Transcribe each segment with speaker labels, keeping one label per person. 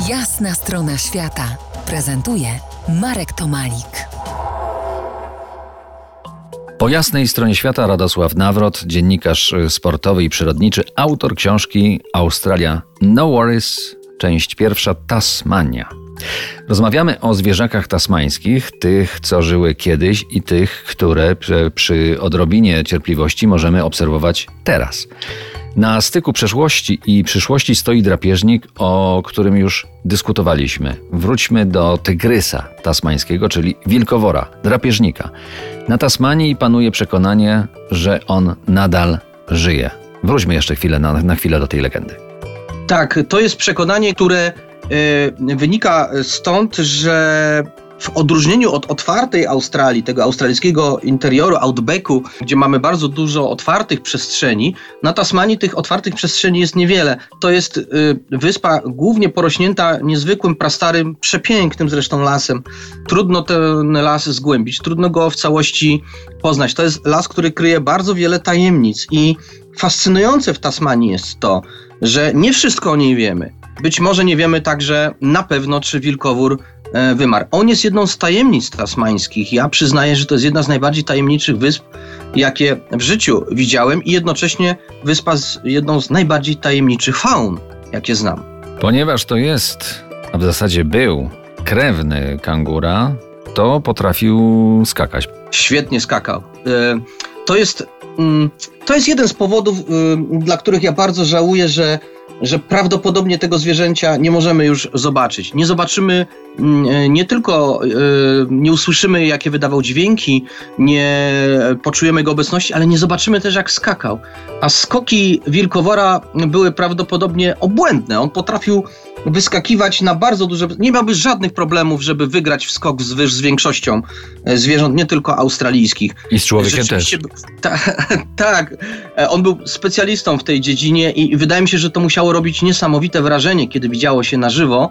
Speaker 1: Jasna strona świata prezentuje Marek Tomalik.
Speaker 2: Po jasnej stronie świata Radosław Nawrot, dziennikarz sportowy i przyrodniczy, autor książki Australia No Worries, część pierwsza, Tasmania. Rozmawiamy o zwierzakach tasmańskich, tych, co żyły kiedyś i tych, które przy odrobinie cierpliwości możemy obserwować teraz. Na styku przeszłości i przyszłości stoi drapieżnik, o którym już dyskutowaliśmy. Wróćmy do tygrysa tasmańskiego, czyli wilkowora, drapieżnika. Na Tasmanii panuje przekonanie, że on nadal żyje. Wróćmy jeszcze na chwilę do tej legendy.
Speaker 3: Tak, to jest przekonanie, które wynika stąd, że w odróżnieniu od otwartej Australii, tego australijskiego interioru, outbacku, gdzie mamy bardzo dużo otwartych przestrzeni, na Tasmanii tych otwartych przestrzeni jest niewiele. To jest wyspa głównie porośnięta niezwykłym, prastarym, przepięknym zresztą lasem. Trudno ten las zgłębić, trudno go w całości poznać. To jest las, który kryje bardzo wiele tajemnic i fascynujące w Tasmanii jest to, że nie wszystko o niej wiemy. Być może nie wiemy także na pewno, czy wilkowór wymarł. On jest jedną z tajemnic tasmańskich. Ja przyznaję, że to jest jedna z najbardziej tajemniczych wysp, jakie w życiu widziałem i jednocześnie wyspa z jedną z najbardziej tajemniczych faun, jakie znam. Ponieważ
Speaker 2: to jest, a w zasadzie był, krewny kangura, to potrafił skakać.
Speaker 3: Świetnie skakał. To jest jeden z powodów, dla których ja bardzo żałuję, że prawdopodobnie tego zwierzęcia nie możemy już zobaczyć. Nie zobaczymy, nie tylko nie usłyszymy, jakie wydawał dźwięki, nie poczujemy jego obecności, ale nie zobaczymy też, jak skakał. A skoki wilkowora były prawdopodobnie obłędne. On potrafił wyskakiwać na bardzo duże... Nie miałby żadnych problemów, żeby wygrać w skok z większością zwierząt, nie tylko australijskich.
Speaker 2: I z człowiekiem też.
Speaker 3: Tak. On był specjalistą w tej dziedzinie i wydaje mi się, że to musiało robić niesamowite wrażenie, kiedy widziało się na żywo,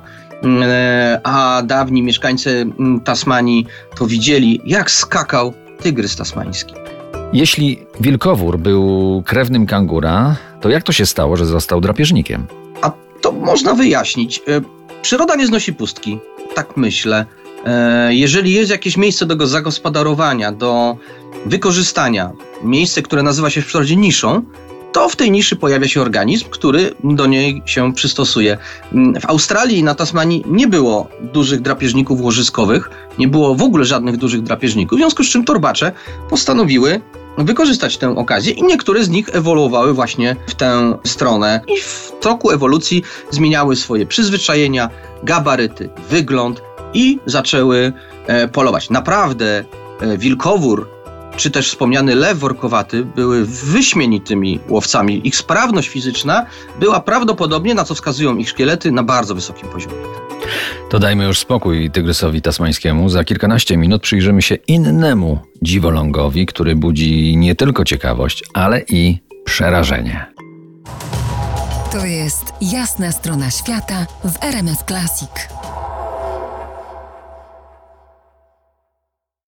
Speaker 3: a dawni mieszkańcy Tasmanii to widzieli, jak skakał tygrys tasmański.
Speaker 2: Jeśli wilkowór był krewnym kangura, to jak to się stało, że został drapieżnikiem?
Speaker 3: A to można wyjaśnić. Przyroda nie znosi pustki, tak myślę. Jeżeli jest jakieś miejsce do zagospodarowania, do wykorzystania, miejsce, które nazywa się w przyrodzie niszą, to w tej niszy pojawia się organizm, który do niej się przystosuje. W Australii i na Tasmanii nie było dużych drapieżników łożyskowych, nie było w ogóle żadnych dużych drapieżników, w związku z czym torbacze postanowiły wykorzystać tę okazję i niektóre z nich ewoluowały właśnie w tę stronę i w toku ewolucji zmieniały swoje przyzwyczajenia, gabaryty, wygląd i zaczęły polować. Naprawdę wilkowór czy też wspomniany lew workowaty były wyśmienitymi łowcami. Ich sprawność fizyczna była prawdopodobnie, na co wskazują ich szkielety, na bardzo wysokim poziomie.
Speaker 2: To dajmy już spokój tygrysowi tasmańskiemu. Za kilkanaście minut przyjrzymy się innemu dziwolągowi, który budzi nie tylko ciekawość, ale i przerażenie.
Speaker 1: To jest Jasna strona świata w RMF Classic.